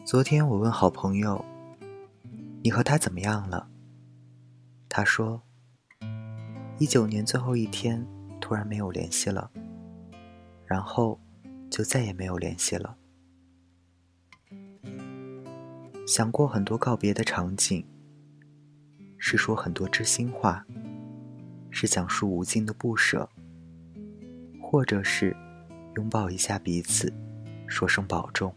昨天我问好朋友，你和他怎么样了？他说，19年最后一天突然没有联系了，然后就再也没有联系了。想过很多告别的场景，是说很多知心话，是讲述无尽的不舍，或者是拥抱一下彼此，说声保重。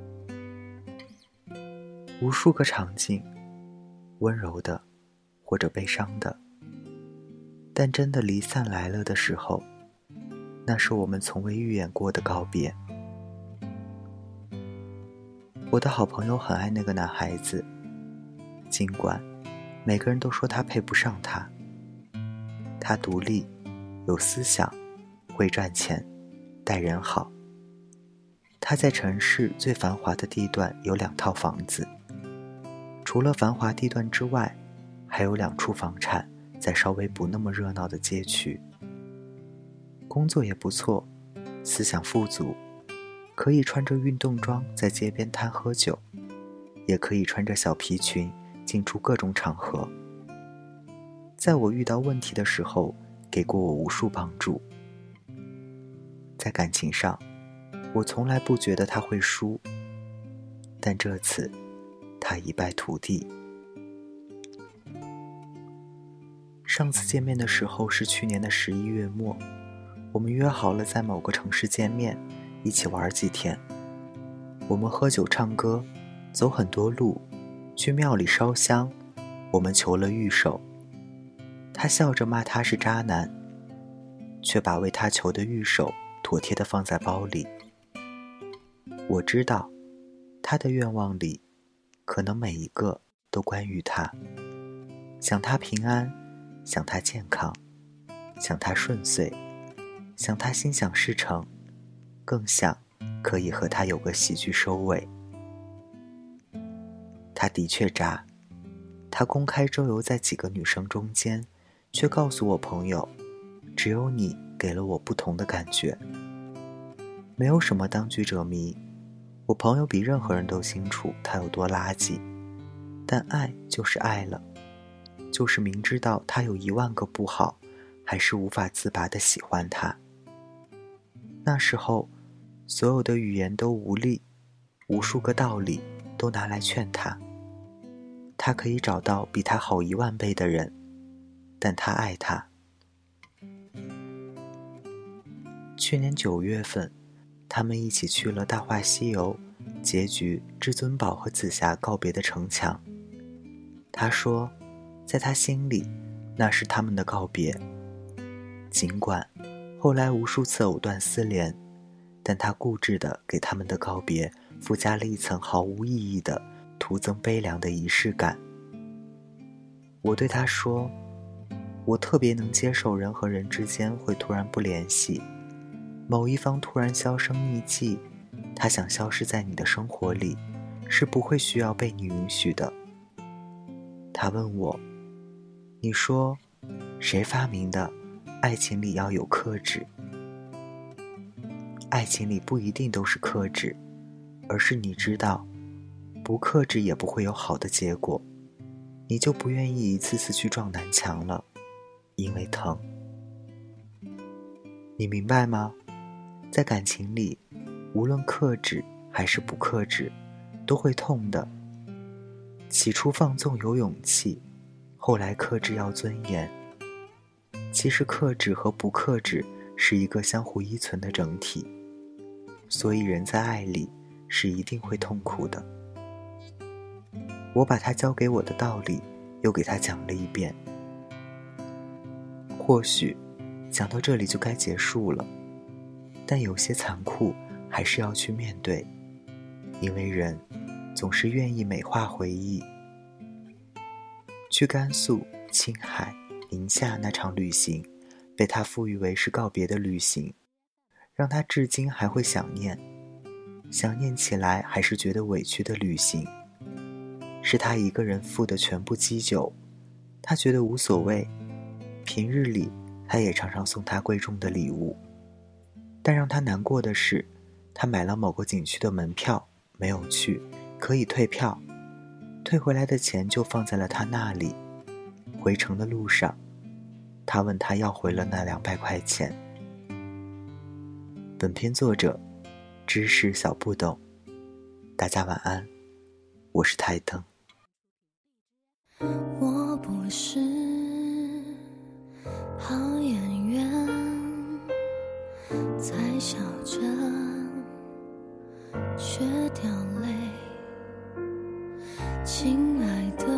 无数个场景，温柔的或者悲伤的，但真的离散来了的时候，那是我们从未预演过的告别。我的好朋友很爱那个男孩子，尽管每个人都说他配不上他。他独立，有思想，会赚钱，待人好。他在城市最繁华的地段有2套房子，除了繁华地段之外，还有2处房产在稍微不那么热闹的街区。工作也不错，思想富足，可以穿着运动装在街边摊喝酒，也可以穿着小皮裙进出各种场合。在我遇到问题的时候，给过我无数帮助。在感情上，我从来不觉得他会输，但这次他一败涂地。上次见面的时候是去年的11月末，我们约好了在某个城市见面，一起玩几天。我们喝酒唱歌，走很多路，去庙里烧香，我们求了御守。他笑着骂他是渣男，却把为他求的御守妥帖地放在包里。我知道他的愿望里可能每一个都关于他，想他平安，想他健康，想他顺遂，想他心想事成，更想可以和他有个喜剧收尾。他的确渣，他公开周游在几个女生中间，却告诉我朋友，只有你给了我不同的感觉。没有什么当局者迷，我朋友比任何人都清楚他有多垃圾，但爱就是爱了，就是明知道他有10000个不好，还是无法自拔地喜欢他。那时候所有的语言都无力，无数个道理都拿来劝他。他可以找到比他好10000倍的人，但他爱他。去年9月份，他们一起去了《大话西游》结局至尊宝和紫霞告别的城墙。他说，在他心里，那是他们的告别。尽管后来无数次藕断丝连，但他固执地给他们的告别附加了一层毫无意义的徒增悲凉的仪式感。我对他说，我特别能接受人和人之间会突然不联系，某一方突然销声匿迹，他想消失在你的生活里，是不会需要被你允许的。他问我，你说谁发明的爱情里要有克制？爱情里不一定都是克制，而是你知道不克制也不会有好的结果，你就不愿意一次次去撞南墙了，因为疼。你明白吗？在感情里，无论克制还是不克制，都会痛的。起初放纵有勇气，后来克制要尊严。其实克制和不克制是一个相互依存的整体，所以人在爱里是一定会痛苦的。我把他教给我的道理又给他讲了一遍。或许讲到这里就该结束了，但有些残酷还是要去面对，因为人总是愿意美化回忆。去甘肃、青海、宁夏那场旅行，被他赋予为是告别的旅行，让他至今还会想念起来还是觉得委屈的旅行。是他一个人付的全部基酒，他觉得无所谓。平日里他也常常送他贵重的礼物，但让他难过的是，他买了某个景区的门票没有去， 可以退票，退回来的钱就放在了他那里。回程的路上，他问他要回了那200块钱。本篇作者知识小不懂，大家晚安，我是台灯。 我不是好演员，在笑着却掉泪。亲爱的，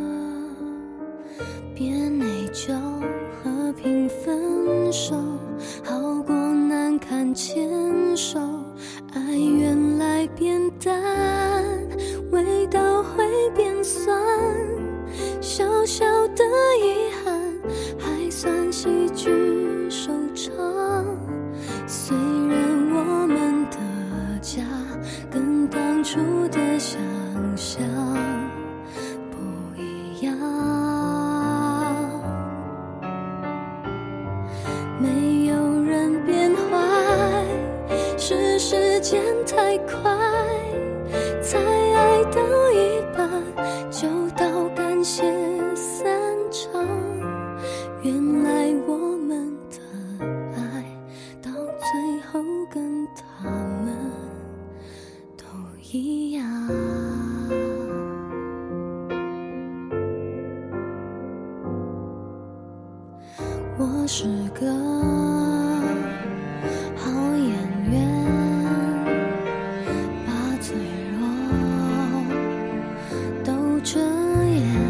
别内疚，和平分手好过难堪牵手。爱原来变淡，味道会变酸，小小的遗憾还算喜剧收场。虽然我们的家跟当初的想象不一样，没有人变坏，是时间太快，才爱到一半就到感谢散场。原来我们的爱到最后跟他们都一样。我是个好演员，把脆弱都遮掩。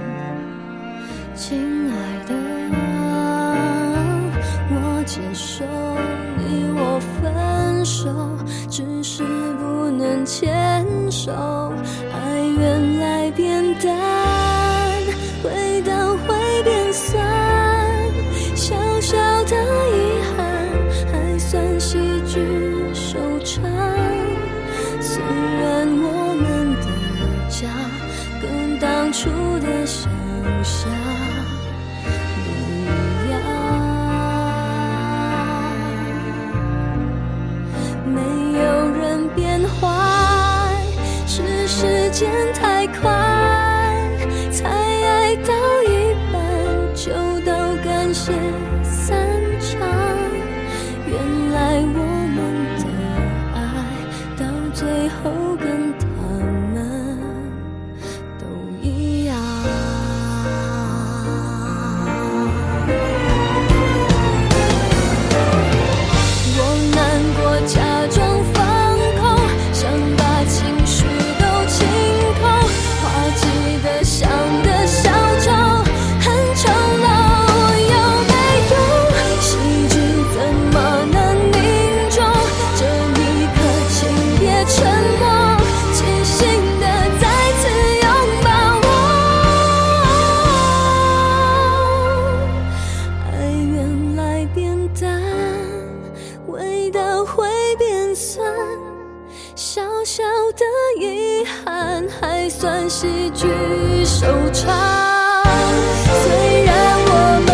亲爱的，我接受你我分手，只是不能牵手。爱原来变淡，味道会变酸，小小的遗憾还算喜剧收场。虽然我们的家跟当初的想象不一样，没有人变坏，是时间太快，才爱到一半就到感谢散场。原来我们的爱到最后跟他们都一样。我难过假装放空，想把情绪都清空，话记得想的小丑很丑陋又没用，喜剧怎么能凝重？这一刻请别沉默，清醒的再次拥抱我。爱原来变淡，味道会变酸，小小的遗憾还算喜剧收场。虽然我们